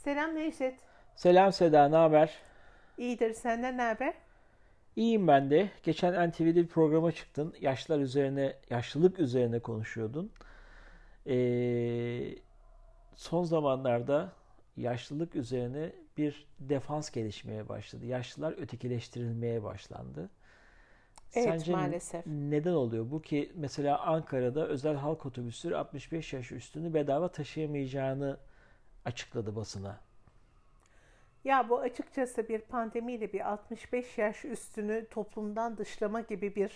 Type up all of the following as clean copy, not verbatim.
Selam Necdet. Selam Seda, ne haber? İyidir, senden ne haber? İyiyim ben de. Geçen NTV'de bir programa çıktın. Yaşlılık üzerine konuşuyordun. Ee, Son zamanlarda yaşlılık üzerine bir defans gelişmeye başladı. Yaşlılar ötekileştirilmeye başlandı. Evet, Sence maalesef. neden oluyor bu ki mesela Ankara'da özel halk otobüsleri 65 yaş üstünü bedava taşıyamayacağını açıkladı basına. Ya bu açıkçası bir pandemiyle bir 65 yaş üstünü toplumdan dışlama gibi bir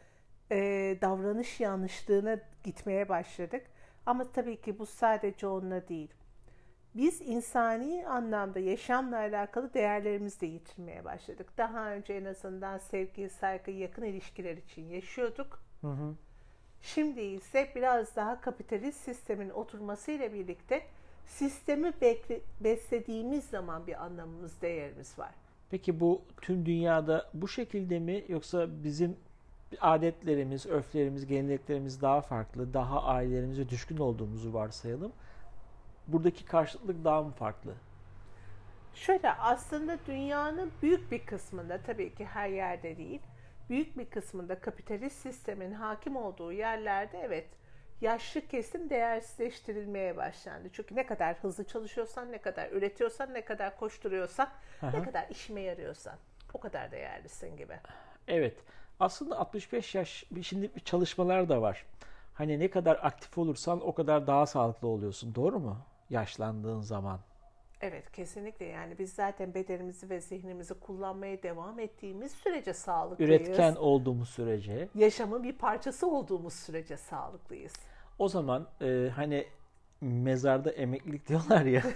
davranış yanlışlığına gitmeye başladık. Ama tabii ki bu sadece onunla değil. Biz insani anlamda yaşamla alakalı değerlerimizi de yitirmeye başladık. Daha önce en azından sevgi, saygı, yakın ilişkiler için yaşıyorduk. Hı hı. Şimdi ise biraz daha kapitalist sistemin oturmasıyla birlikte sistemi beslediğimiz zaman bir anlamımız, değerimiz var. Peki bu tüm dünyada bu şekilde mi yoksa bizim adetlerimiz, örflerimiz, geleneklerimiz daha farklı, daha ailelerimize düşkün olduğumuzu varsayalım. Buradaki karşıtlık daha mı farklı? Şöyle aslında dünyanın büyük bir kısmında, tabii ki her yerde değil, büyük bir kısmında kapitalist sistemin hakim olduğu yerlerde evet yaşlı kesim değersizleştirilmeye başlandı. Çünkü ne kadar hızlı çalışıyorsan, ne kadar üretiyorsan, ne kadar koşturuyorsan, ne Aha. kadar işime yarıyorsan o kadar değerlisin gibi. Evet. Aslında 65 yaş, şimdi çalışmalar da var. Hani ne kadar aktif olursan o kadar daha sağlıklı oluyorsun. Doğru mu? Yaşlandığın zaman. Evet, kesinlikle. Yani biz zaten bedenimizi ve zihnimizi kullanmaya devam ettiğimiz sürece Üretken sağlıklıyız. olduğumuz sürece. Yaşamın bir parçası olduğumuz sürece sağlıklıyız. O zaman hani mezarda emeklilik diyorlar ya.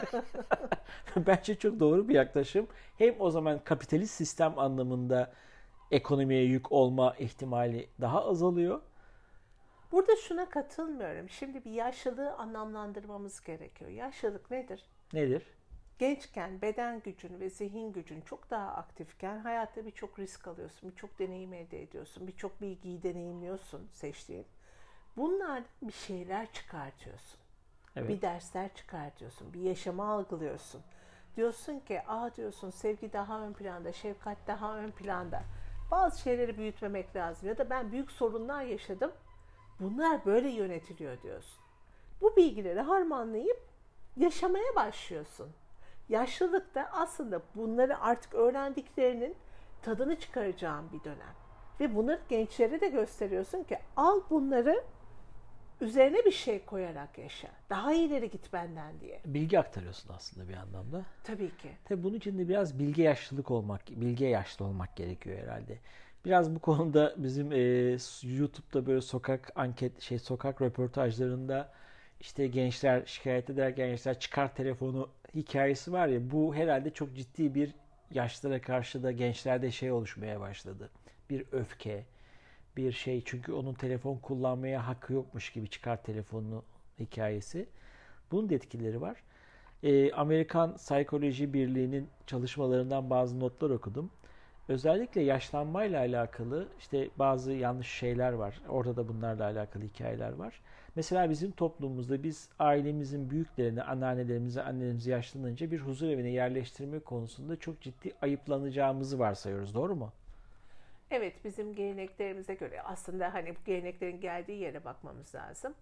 Bence çok doğru bir yaklaşım. Hem o zaman kapitalist sistem anlamında ekonomiye yük olma ihtimali daha azalıyor. Burada şuna katılmıyorum. Şimdi bir yaşlılığı anlamlandırmamız gerekiyor. Yaşlılık nedir? Nedir? Gençken beden gücün ve zihin gücün çok daha aktifken hayatta birçok risk alıyorsun, birçok deneyim elde ediyorsun, birçok bilgiyi deneyimliyorsun seçtiğin. Bunlardan bir şeyler çıkartıyorsun. Evet. Bir dersler çıkartıyorsun, bir yaşamı algılıyorsun. Diyorsun ki, diyorsun sevgi daha ön planda, şefkat daha ön planda. Bazı şeyleri büyütmemek lazım ya da ben büyük sorunlar yaşadım. Bunlar böyle yönetiliyor diyorsun. Bu bilgileri harmanlayıp yaşamaya başlıyorsun. Yaşlılıkta aslında bunları artık öğrendiklerinin tadını çıkaracağın bir dönem. Ve bunları gençlere de gösteriyorsun ki al bunları üzerine bir şey koyarak yaşa. Daha ileri git benden diye. Bilgi aktarıyorsun aslında bir anlamda. Tabii ki. Tabii bunun için de biraz bilge yaşlı olmak gerekiyor herhalde. Biraz bu konuda bizim YouTube'da böyle sokak röportajlarında işte gençler şikayet ederken gençler çıkar telefonu hikayesi var ya, bu herhalde çok ciddi bir yaşlara karşı da gençlerde şey oluşmaya başladı. Bir öfke, bir şey, çünkü onun telefon kullanmaya hakkı yokmuş gibi çıkar telefonunu hikayesi. Bunun da etkileri var. Amerikan Psikoloji Birliği'nin çalışmalarından bazı notlar okudum. Özellikle yaşlanmayla alakalı işte bazı yanlış şeyler var. Orada da bunlarla alakalı hikayeler var. Mesela bizim toplumumuzda biz ailemizin büyüklerini, anneannelerimizi, annelerimizi yaşlanınca bir huzur evine yerleştirme konusunda çok ciddi ayıplanacağımızı varsayıyoruz. Doğru mu? Evet, bizim geleneklerimize göre aslında hani bu geleneklerin geldiği yere bakmamız lazım.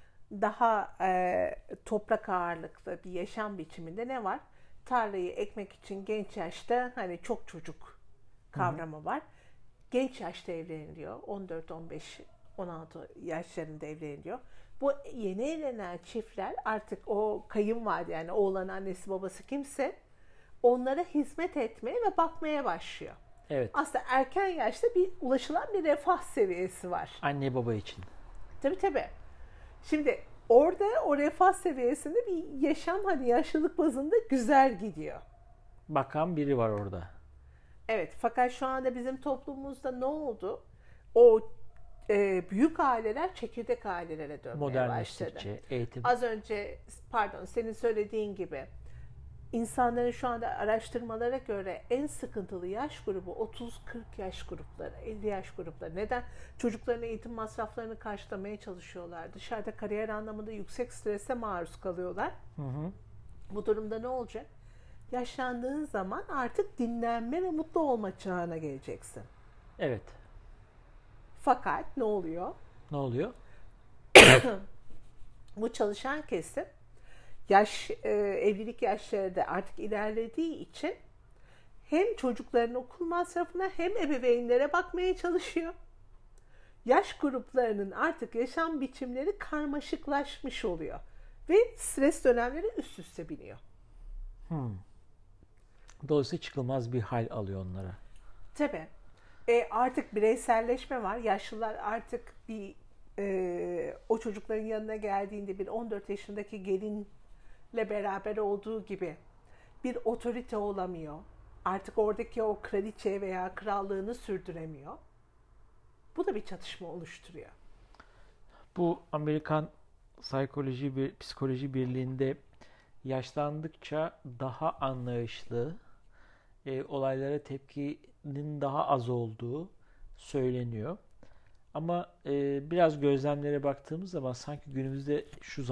Daha toprak ağırlıklı bir yaşam biçiminde ne var? Tarlayı ekmek için genç yaşta hani çok çocuk Hı hı. kavramı var. Genç yaşta evleniliyor. 14, 15, 16 yaşlarında evleniliyor. Bu yeni evlenen çiftler artık o kayınvalide yani oğlan annesi babası kimse onlara hizmet etmeye ve bakmaya başlıyor. Evet. Aslında erken yaşta bir ulaşılan bir refah seviyesi var. Anne baba için. Tabii tabii. Şimdi orada o refah seviyesinde bir yaşam hani yaşlılık bazında güzel gidiyor. Bakan biri var orada. Evet, fakat şu anda bizim toplumumuzda ne oldu? O büyük aileler çekirdek ailelere dönmeye başladı. Modernleştikçe eğitim. Az önce pardon senin söylediğin gibi insanların şu anda araştırmalara göre en sıkıntılı yaş grubu 30-40 yaş grupları, 50 yaş grupları. Neden? Çocukların eğitim masraflarını karşılamaya çalışıyorlar. Dışarıda kariyer anlamında yüksek strese maruz kalıyorlar. Hı hı. Bu durumda ne olacak? Yaşlandığın zaman artık dinlenme ve mutlu olma çağına geleceksin. Evet. Fakat ne oluyor? Ne oluyor? Bu çalışan kesim evlilik yaşları da artık ilerlediği için hem çocukların okul masrafına hem ebeveynlere bakmaya çalışıyor. Yaş gruplarının artık yaşam biçimleri karmaşıklaşmış oluyor. Ve stres dönemleri üst üste biniyor. Dolayısıyla çıkılmaz bir hal alıyor onlara. Tabii. Artık bireyselleşme var. Yaşlılar artık o çocukların yanına geldiğinde bir 14 yaşındaki gelinle beraber olduğu gibi bir otorite olamıyor. Artık oradaki o kraliçe veya krallığını sürdüremiyor. Bu da bir çatışma oluşturuyor. Bu Amerikan Psikoloji Birliği'nde yaşlandıkça daha anlayışlı, olaylara tepkinin daha az olduğu söyleniyor. Ama biraz gözlemlere baktığımız zaman sanki günümüzde şu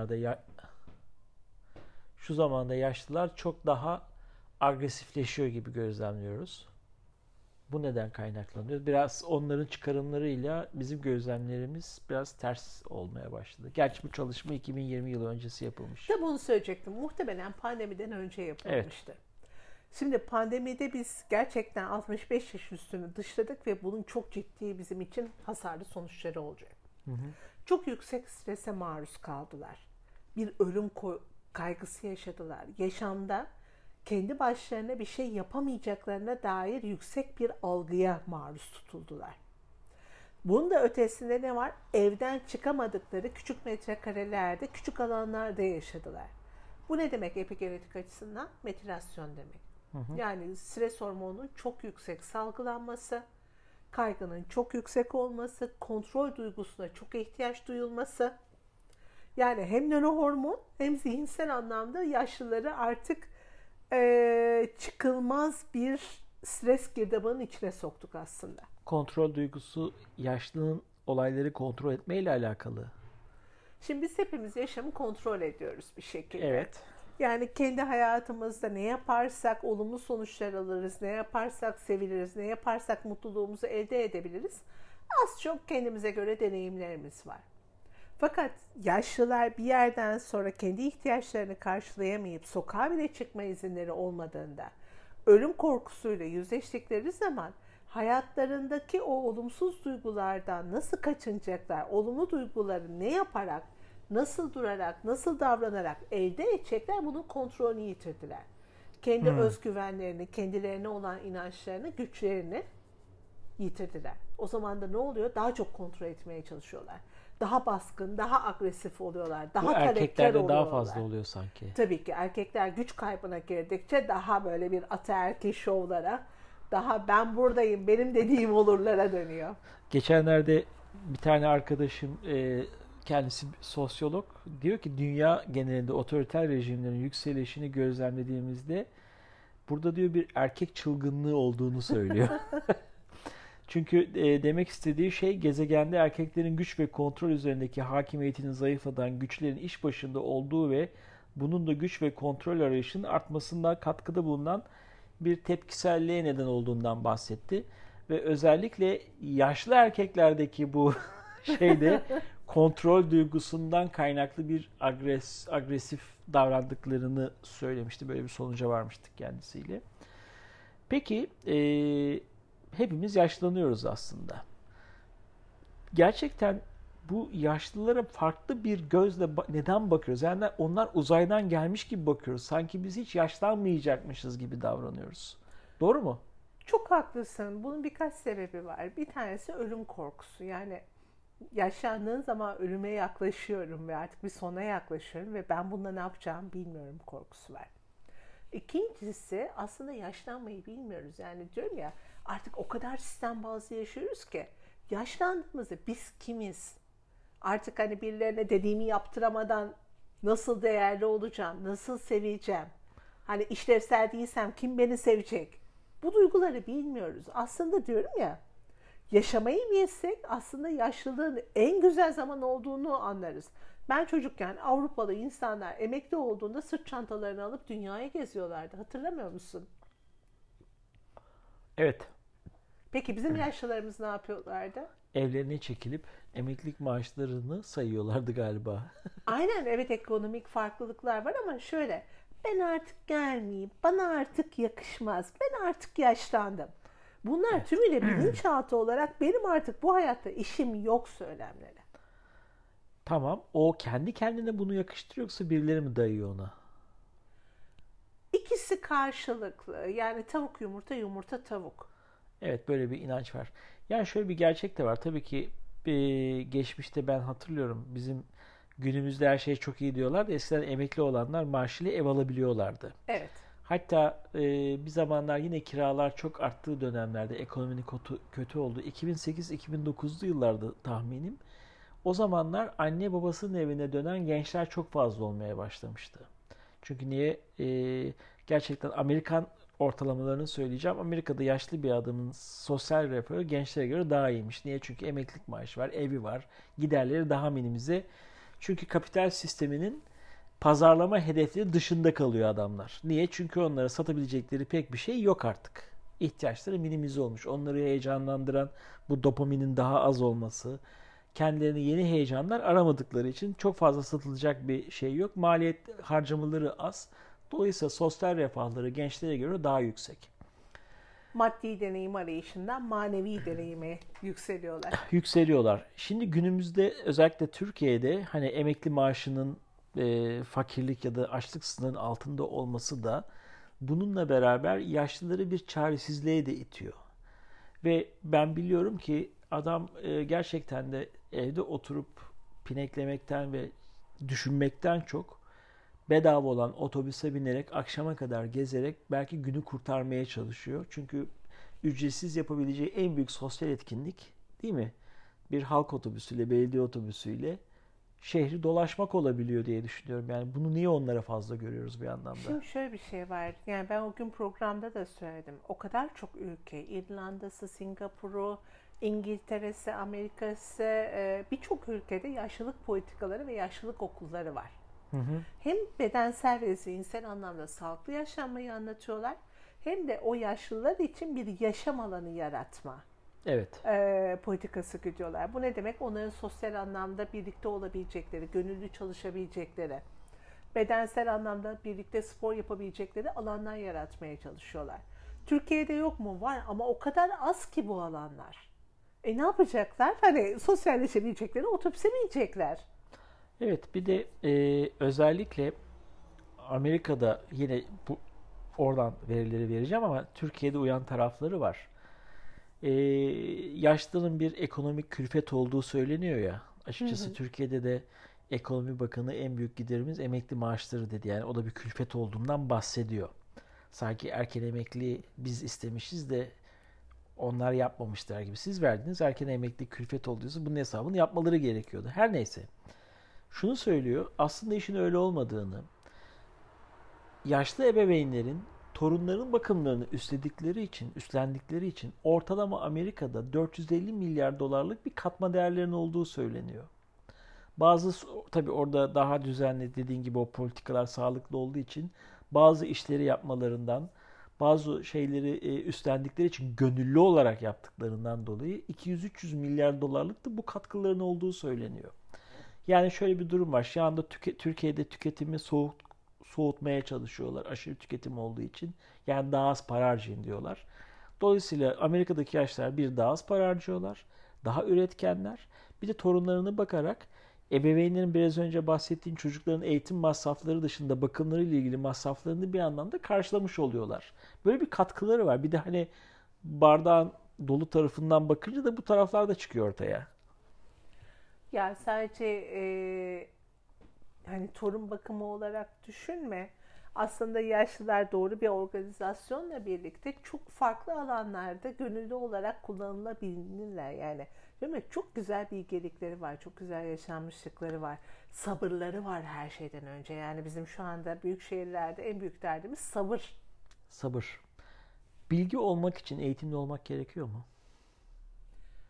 zamanda yaşlılar çok daha agresifleşiyor gibi gözlemliyoruz. Bu neden kaynaklanıyor? Biraz onların çıkarımlarıyla bizim gözlemlerimiz biraz ters olmaya başladı. Gerçi bu çalışma 2020 yılı öncesi yapılmış. Tabii bunu söyleyecektim. Muhtemelen pandemiden önce yapılmıştı. Evet. Şimdi pandemide biz gerçekten 65 yaş üstünü dışladık ve bunun çok ciddi bizim için hasarlı sonuçları olacak. Çok yüksek strese maruz kaldılar. Bir ölüm kaygısı yaşadılar. Yaşamda kendi başlarına bir şey yapamayacaklarına dair yüksek bir algıya maruz tutuldular. Bunun da ötesinde ne var? Evden çıkamadıkları küçük metrekarelerde, küçük alanlarda yaşadılar. Bu ne demek epigenetik açısından? Metilasyon demek. Yani stres hormonunun çok yüksek salgılanması, kaygının çok yüksek olması, kontrol duygusuna çok ihtiyaç duyulması. Yani hem nörohormon hem zihinsel anlamda yaşlıları artık çıkılmaz bir stres girdabının içine soktuk aslında. Kontrol duygusu yaşlının olayları kontrol etmeyle alakalı. Şimdi biz hepimiz yaşamı kontrol ediyoruz bir şekilde. Evet. Yani kendi hayatımızda ne yaparsak olumlu sonuçlar alırız, ne yaparsak seviliriz, ne yaparsak mutluluğumuzu elde edebiliriz. Az çok kendimize göre deneyimlerimiz var. Fakat yaşlılar bir yerden sonra kendi ihtiyaçlarını karşılayamayıp sokağa bile çıkma izinleri olmadığında, ölüm korkusuyla yüzleştikleri zaman hayatlarındaki o olumsuz duygulardan nasıl kaçınacaklar, olumlu duyguları ne yaparak, nasıl durarak, nasıl davranarak elde edecekler, bunun kontrolünü yitirdiler. Kendi özgüvenlerini, kendilerine olan inançlarını, güçlerini yitirdiler. O zaman da ne oluyor? Daha çok kontrol etmeye çalışıyorlar. Daha baskın, daha agresif oluyorlar. Daha talepkar oluyorlar. Erkeklerde daha fazla oluyor sanki. Tabii ki erkekler güç kaybına girdikçe daha böyle bir ataerkil şovlara, daha ben buradayım, benim dediğim olurlara dönüyor. Geçenlerde bir tane arkadaşım, kendisi sosyolog, diyor ki dünya genelinde otoriter rejimlerin yükselişini gözlemlediğimizde burada diyor bir erkek çılgınlığı olduğunu söylüyor. Çünkü demek istediği şey gezegende erkeklerin güç ve kontrol üzerindeki hakimiyetinin zayıfladan güçlerin iş başında olduğu ve bunun da güç ve kontrol arayışının artmasında katkıda bulunan bir tepkiselliğe neden olduğundan bahsetti. Ve özellikle yaşlı erkeklerdeki bu şeyde kontrol duygusundan kaynaklı bir agresif davrandıklarını söylemişti. Böyle bir sonuca varmıştık kendisiyle. Peki hepimiz yaşlanıyoruz aslında. Gerçekten bu yaşlılara farklı bir gözle neden bakıyoruz? Yani onlar uzaydan gelmiş gibi bakıyoruz. Sanki biz hiç yaşlanmayacakmışız gibi davranıyoruz. Doğru mu? Çok haklısın. Bunun birkaç sebebi var. Bir tanesi ölüm korkusu. Yani yaşlandığın zaman ölüme yaklaşıyorum ve artık bir sona yaklaşıyorum ve ben bunda ne yapacağımı bilmiyorum korkusu var. İkincisi aslında yaşlanmayı bilmiyoruz. Yani diyorum ya artık o kadar sistem bazlı yaşıyoruz ki yaşlandığımızda biz kimiz? Artık hani birilerine dediğimi yaptıramadan nasıl değerli olacağım, nasıl seveceğim? Hani işlevsel değilsem kim beni sevecek? Bu duyguları bilmiyoruz. Aslında diyorum ya Yaşamayı bilsek aslında yaşlılığın en güzel zaman olduğunu anlarız. Ben çocukken Avrupalı insanlar emekli olduğunda sırt çantalarını alıp dünyayı geziyorlardı. Hatırlamıyor musun? Evet. Peki bizim yaşlılarımız ne yapıyorlardı? Evlerine çekilip emeklilik maaşlarını sayıyorlardı galiba. Aynen, evet, ekonomik farklılıklar var ama şöyle, ben artık gelmeyeyim, bana artık yakışmaz, ben artık yaşlandım. Bunlar Evet. tümüyle bilinçaltı olarak benim artık bu hayatta işim yok söylemleri. Tamam. O kendi kendine bunu yakıştırıyor yoksa birileri mi dayıyor ona? İkisi karşılıklı, yani tavuk yumurta, yumurta tavuk. Evet, böyle bir inanç var. Yani şöyle bir gerçek de var. Tabii ki geçmişte ben hatırlıyorum. Bizim günümüzde her şey çok iyi diyorlar da eskiden emekli olanlar maaşıyla ev alabiliyorlardı. Evet. Hatta bir zamanlar yine kiralar çok arttığı dönemlerde ekonominin kötü olduğu 2008-2009'lu yıllarda tahminim. O zamanlar anne babasının evine dönen gençler çok fazla olmaya başlamıştı. Çünkü niye? Gerçekten Amerikan ortalamalarını söyleyeceğim. Amerika'da yaşlı bir adamın sosyal refahı gençlere göre daha iyiymiş. Niye? Çünkü emeklilik maaşı var, evi var, giderleri daha minimize. Çünkü kapital sisteminin pazarlama hedefleri dışında kalıyor adamlar. Niye? Çünkü onlara satabilecekleri pek bir şey yok artık. İhtiyaçları minimize olmuş. Onları heyecanlandıran bu dopaminin daha az olması, kendilerine yeni heyecanlar aramadıkları için çok fazla satılacak bir şey yok. Maliyet harcamaları az. Dolayısıyla sosyal refahları gençlere göre daha yüksek. Maddi deneyim arayışından manevi deneyime yükseliyorlar. Yükseliyorlar. Şimdi günümüzde özellikle Türkiye'de hani emekli maaşının fakirlik ya da açlık sınırının altında olması da bununla beraber yaşlıları bir çaresizliğe de itiyor. Ve ben biliyorum ki adam gerçekten de evde oturup pineklemekten ve düşünmekten çok bedava olan otobüse binerek akşama kadar gezerek belki günü kurtarmaya çalışıyor. Çünkü ücretsiz yapabileceği en büyük sosyal etkinlik, değil mi? Bir halk otobüsüyle, belediye otobüsüyle şehri dolaşmak olabiliyor diye düşünüyorum. Yani bunu niye onlara fazla görüyoruz bir anlamda? Şimdi şöyle bir şey var. Yani ben o gün programda da söyledim. O kadar çok ülke, İrlanda'sı, Singapur'u, İngiltere'si, Amerika'sı, birçok ülkede yaşlılık politikaları ve yaşlılık okulları var. Hı hı. Hem bedensel ve zihinsel anlamda sağlıklı yaşlanmayı anlatıyorlar, hem de o yaşlılar için bir yaşam alanı yaratma Evet. politikası gidiyorlar. Bu ne demek? Onların sosyal anlamda birlikte olabilecekleri, gönüllü çalışabilecekleri, bedensel anlamda birlikte spor yapabilecekleri alanlar yaratmaya çalışıyorlar. Türkiye'de yok mu? Var ama o kadar az ki bu alanlar. Ne yapacaklar? Hani sosyalleşebilecekleri otobüse binecekler. Evet, bir de özellikle Amerika'da yine bu oradan verileri vereceğim ama Türkiye'de uyan tarafları var. E, Yaşlının bir ekonomik külfet olduğu söyleniyor ya. Hı Açıkçası hı. Türkiye'de de Ekonomi Bakanı en büyük giderimiz emekli maaşları dedi. Yani o da bir külfet olduğundan bahsediyor. Sanki erken emekli biz istemişiz de onlar yapmamışlar gibi. Siz verdiniz, erken emekli külfet olduysa bunun hesabını yapmaları gerekiyordu. Her neyse. Şunu söylüyor. Aslında işin öyle olmadığını, yaşlı ebeveynlerin torunların bakımlarını üstlendikleri için ortalama Amerika'da 450 milyar dolarlık bir katma değerlerinin olduğu söyleniyor. Bazı tabii orada daha düzenli dediğin gibi o politikalar sağlıklı olduğu için bazı işleri yapmalarından, bazı şeyleri üstlendikleri için gönüllü olarak yaptıklarından dolayı 200-300 milyar dolarlık da bu katkıların olduğu söyleniyor. Yani şöyle bir durum var. Şu anda Türkiye'de tüketimi soğutmaya çalışıyorlar aşırı tüketim olduğu için. Yani daha az para harcayın diyorlar. Dolayısıyla Amerika'daki yaşlılar bir daha az para harcıyorlar. Daha üretkenler. Bir de torunlarına bakarak ebeveynlerin biraz önce bahsettiğin çocukların eğitim masrafları dışında bakımlarıyla ilgili masraflarını bir anlamda karşılamış oluyorlar. Böyle bir katkıları var. Bir de hani bardağın dolu tarafından bakınca da bu taraflar da çıkıyor ortaya. Ya sadece hani torun bakımı olarak düşünme. Aslında yaşlılar doğru bir organizasyonla birlikte çok farklı alanlarda gönüllü olarak kullanılabilirler yani. Değil mi? Çok güzel bilgelikleri var, çok güzel yaşanmışlıkları var. Sabırları var her şeyden önce. Yani bizim şu anda büyük şehirlerde en büyük derdimiz sabır. Sabır. Bilgi olmak için eğitimli olmak gerekiyor mu?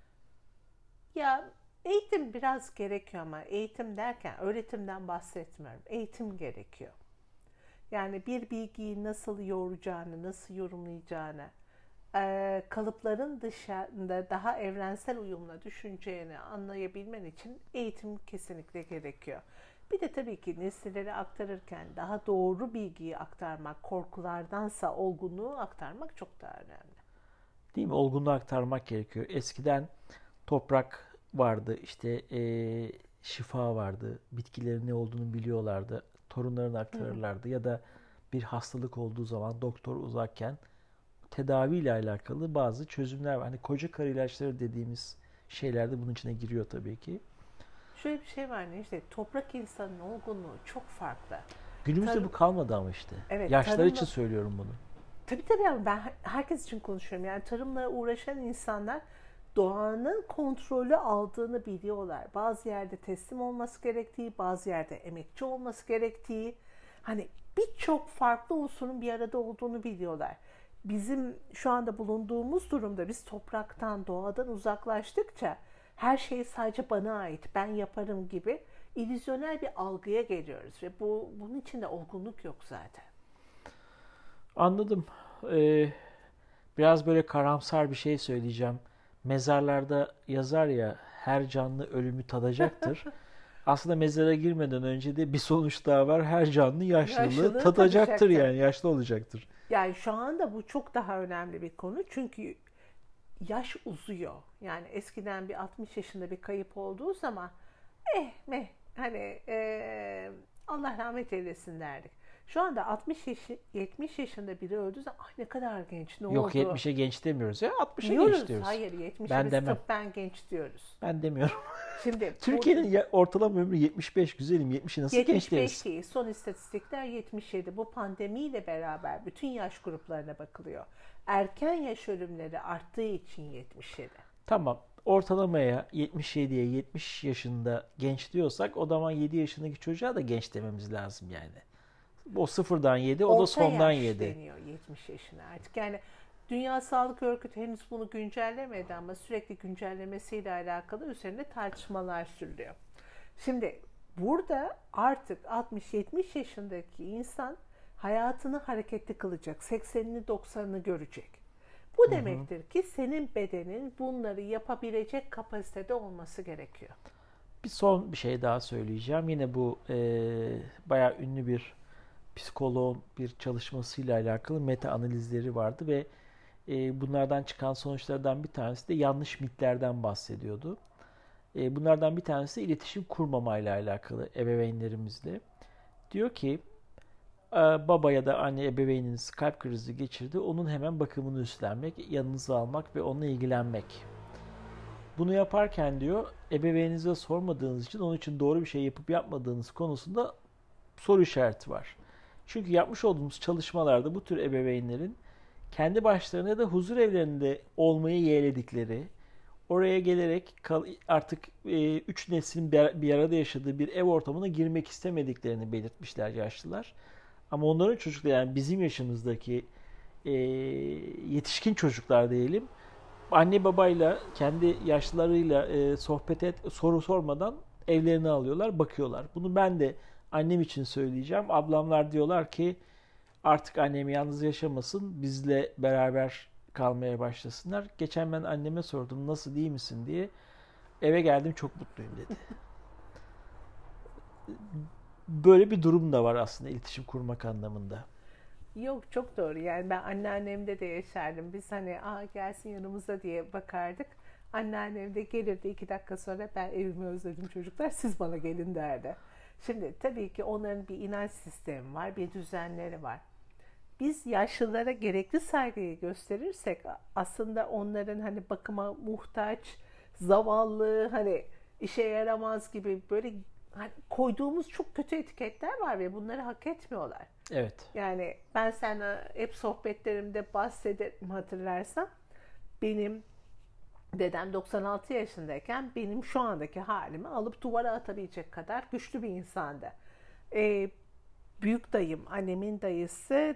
Ya eğitim biraz gerekiyor ama eğitim derken öğretimden bahsetmiyorum. Eğitim gerekiyor. Yani bir bilgiyi nasıl yoğuracağını, nasıl yorumlayacağını, kalıpların dışında daha evrensel uyumla düşüneceğini anlayabilmen için eğitim kesinlikle gerekiyor. Bir de tabii ki nesilleri aktarırken daha doğru bilgiyi aktarmak, korkulardansa olgunluğu aktarmak çok daha önemli. Değil mi? Olgunluğu aktarmak gerekiyor. Eskiden toprak vardı, işte şifa vardı, bitkilerin ne olduğunu biliyorlardı, torunlarına Hı hı. aktarırlardı ya da bir hastalık olduğu zaman doktor uzakken tedaviyle alakalı bazı çözümler var. Hani koca karı ilaçları dediğimiz şeyler de bunun içine giriyor tabii ki. Şöyle bir şey var ne işte toprak insanın olgunluğu çok farklı. Günümüzde bu Tarım, kalmadı ama işte. evet Yaşlılar için tarımla söylüyorum bunu. tabii ama ben herkes için konuşuyorum. Yani tarımla uğraşan insanlar doğanın kontrolü aldığını biliyorlar. Bazı yerde teslim olması gerektiği, bazı yerde emekçi olması gerektiği, hani birçok farklı unsurun bir arada olduğunu biliyorlar. Bizim şu anda bulunduğumuz durumda biz topraktan, doğadan uzaklaştıkça her şey sadece bana ait, ben yaparım gibi illüzyonel bir algıya geliyoruz ve bunun içinde olgunluk yok zaten. Anladım. Ee, Biraz böyle karamsar bir şey söyleyeceğim. Mezarlarda yazar ya, her canlı ölümü tadacaktır. Aslında mezara girmeden önce de bir sonuç daha var. Her canlı yaşlılığı Yaşlılığı tadacaktır, tadacaktır. yani yaşlı olacaktır. Yani şu anda bu çok daha önemli bir konu. Çünkü yaş uzuyor. Yani eskiden bir 60 yaşında bir kayıp olduğu zaman hani Allah rahmet eylesin derdik. Şu anda 70 yaşında biri öldüğü zaman ne kadar genç, ne Yok, oldu 70'e genç demiyoruz ya, 60'a genç diyoruz. diyoruz. Hayır 70'e Ben biz demem. tıbben genç diyoruz. Ben demiyorum. Şimdi bu Türkiye'nin ortalama ömrü 75, güzelim. 70'i nasıl genç 75 deriz? değil. Son istatistikler 77. Bu pandemiyle beraber bütün yaş gruplarına bakılıyor. Erken yaş ölümleri arttığı için 77. Tamam. Ortalamaya 77'ye 70 yaşında genç diyorsak o zaman 7 yaşındaki çocuğa da genç dememiz lazım yani. O sıfırdan 7, o da Orta sondan yaş 7. deniyor 70 yaşına artık. Yani Dünya Sağlık Örgütü henüz bunu güncellemedi ama sürekli güncellemesiyle alakalı üzerinde tartışmalar sürülüyor. Şimdi burada artık 60-70 yaşındaki insan hayatını hareketli kılacak. 80'ini 90'ını görecek. Bu Hı hı. demektir ki senin bedenin bunları yapabilecek kapasitede olması gerekiyor. Bir son bir şey daha söyleyeceğim. Yine bu bayağı ünlü bir psikoloğun bir çalışmasıyla alakalı meta analizleri vardı ve bunlardan çıkan sonuçlardan bir tanesi de yanlış mitlerden bahsediyordu. Bunlardan bir tanesi de iletişim kurmamayla alakalı ebeveynlerimizle. Diyor ki baba ya da anne ebeveyniniz kalp krizi geçirdi. Onun hemen bakımını üstlenmek, yanınıza almak ve onunla ilgilenmek. Bunu yaparken diyor, ebeveyninize sormadığınız için onun için doğru bir şey yapıp yapmadığınız konusunda soru işareti var. Çünkü yapmış olduğumuz çalışmalarda bu tür ebeveynlerin kendi başlarına ya da huzur evlerinde olmayı yeğledikleri, oraya gelerek artık 3 neslin bir arada yaşadığı bir ev ortamına girmek istemediklerini belirtmişler yaşlılar. Ama onların çocukları, yani bizim yaşımızdaki e, yetişkin çocuklar diyelim, anne babayla kendi yaşlılarıyla soru sormadan evlerine alıyorlar, bakıyorlar. Bunu ben de annem için söyleyeceğim. Ablamlar diyorlar ki artık annem yalnız yaşamasın, bizle beraber kalmaya başlasınlar. Geçen ben anneme sordum, nasıl, iyi misin diye. Eve geldim, çok mutluyum dedi. Böyle bir durum da var aslında iletişim kurmak anlamında. Yok çok doğru. Yani ben anneannemde de yaşardım. Biz hani gelsin yanımıza diye bakardık. Anneannem de gelirdi 2 dakika sonra ben evimi özledim çocuklar siz bana gelin derdi. Şimdi tabii ki onların bir inanç sistemi var, bir düzenleri var. Biz yaşlılara gerekli saygıyı gösterirsek aslında onların hani bakıma muhtaç, zavallı, hani işe yaramaz gibi böyle hani koyduğumuz çok kötü etiketler var ve bunları hak etmiyorlar. Evet. Yani ben sana hep sohbetlerimde bahsederim hatırlarsan benim dedem 96 yaşındayken benim şu andaki halimi alıp duvara atabilecek kadar güçlü bir insandı. Ee, Büyük dayım, annemin dayısı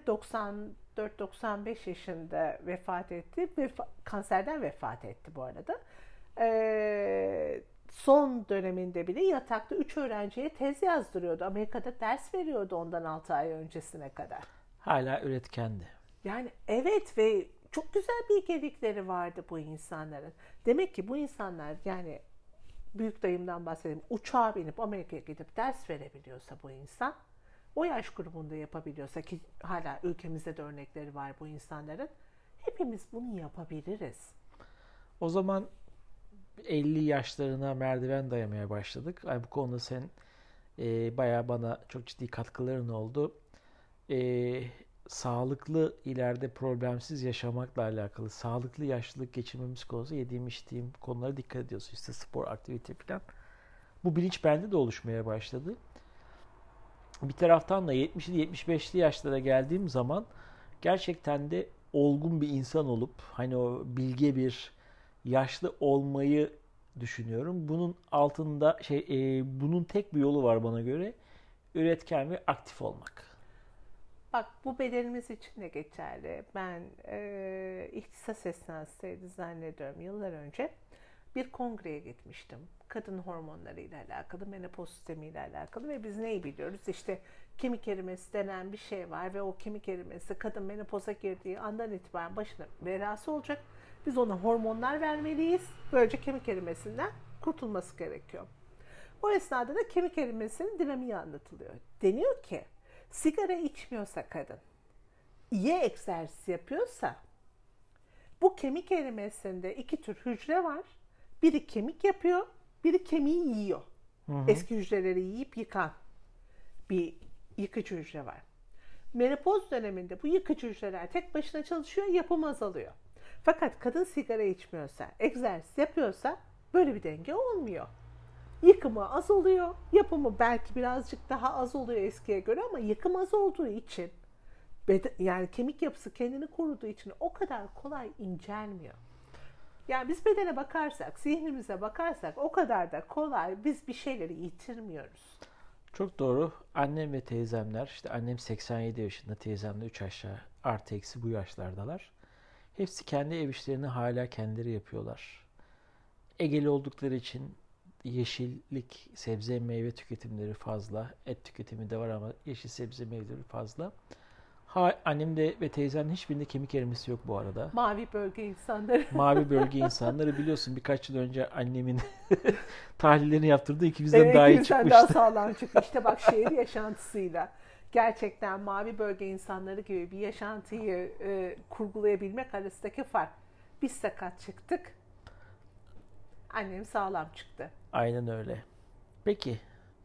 94-95 yaşında vefat etti. Kanserden vefat etti bu arada. Son döneminde bile yatakta 3 öğrenciye tez yazdırıyordu. Amerika'da ders veriyordu ondan 6 ay öncesine kadar. Hala üretkendi. Yani evet ve çok güzel bilgelikleri vardı bu insanların. Demek ki bu insanlar yani büyük dayımdan bahsedeyim. Uçağa binip Amerika'ya gidip ders verebiliyorsa bu insan, o yaş grubunda yapabiliyorsa ki hala ülkemizde de örnekleri var bu insanların. Hepimiz bunu yapabiliriz. O zaman 50 yaşlarına merdiven dayamaya başladık. Bu konuda sen bayağı bana çok ciddi katkıların oldu. Sağlıklı ileride problemsiz yaşamakla alakalı, sağlıklı yaşlılık geçirmemiz konusunda yediğim içtiğim konulara dikkat ediyorsun. İşte spor, aktivite falan. Bu bilinç bende de oluşmaya başladı. Bir taraftan da 70'li 75'li yaşlara geldiğim zaman gerçekten de olgun bir insan olup hani o bilge bir yaşlı olmayı düşünüyorum. Bunun altında bunun tek bir yolu var bana göre. Üretken ve aktif olmak. Bak bu bedenimiz için de geçerli. Ben ihtisas esnasıydı zannediyorum yıllar önce bir kongreye gitmiştim. Kadın hormonları ile alakalı, menopoz sistemi ile alakalı ve biz neyi biliyoruz? İşte kemik erimesi denen bir şey var ve o kemik erimesi kadın menopoza girdiği andan itibaren başına belası olacak. Biz ona hormonlar vermeliyiz. Böylece kemik erimesinden kurtulması gerekiyor. O esnada da kemik erimesinin dinamiği anlatılıyor. Deniyor ki sigara içmiyorsa kadın, iyi egzersiz yapıyorsa bu kemik erimesinde iki tür hücre var. Biri kemik yapıyor, biri kemiği yiyor. Hı hı. Eski hücreleri yiyip yıkan bir yıkıcı hücre var. Menopoz döneminde bu yıkıcı hücreler tek başına çalışıyor, yapım azalıyor. Fakat kadın sigara içmiyorsa, egzersiz yapıyorsa böyle bir denge olmuyor. Yıkımı az oluyor, yapımı belki birazcık daha az oluyor eskiye göre ama yıkım az olduğu için yani kemik yapısı kendini koruduğu için o kadar kolay incelmiyor. Yani biz bedene bakarsak, zihnimize bakarsak o kadar da kolay biz bir şeyleri yitirmiyoruz. Çok doğru. Annem ve teyzemler, işte annem 87 yaşında, teyzem de 3 aşağı artı eksi bu yaşlardalar. Hepsi kendi ev işlerini hala kendileri yapıyorlar. Egeli oldukları için yeşillik, sebze, meyve tüketimleri fazla. Et tüketimi de var ama yeşil sebze meyveleri fazla. Annem de ve teyzemin hiçbirinde kemik erimesi yok bu arada. Mavi bölge insanları. Mavi bölge insanları biliyorsun birkaç yıl önce annemin tahlillerini yaptırdı. İkimizden daha iyi çıkmıştı. İkimizden daha sağlam çıktı. İşte bak şehir yaşantısıyla gerçekten mavi bölge insanları gibi bir yaşantıyı kurgulayabilmek arasındaki fark. Biz sakat çıktık. Annem sağlam çıktı. Aynen öyle. Peki.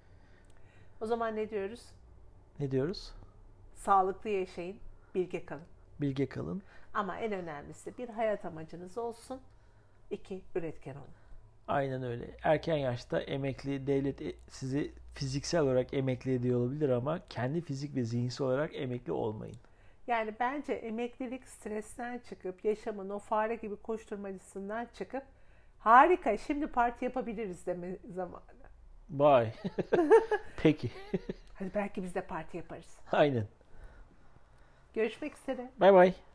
O zaman ne diyoruz? Ne diyoruz? Sağlıklı yaşayın, bilge kalın. Bilge kalın. Ama en önemlisi bir hayat amacınız olsun. 2, üretken olun. Aynen öyle. Erken yaşta emekli, devlet sizi fiziksel olarak emekli ediyor olabilir ama kendi fizik ve zihinsel olarak emekli olmayın. Yani bence emeklilik stresten çıkıp, yaşamın o fare gibi koşturmacısından çıkıp harika şimdi parti yapabiliriz deme zamanı. Vay. Peki. Hadi belki biz de parti yaparız. Aynen. Görüşmek üzere. Bay bay.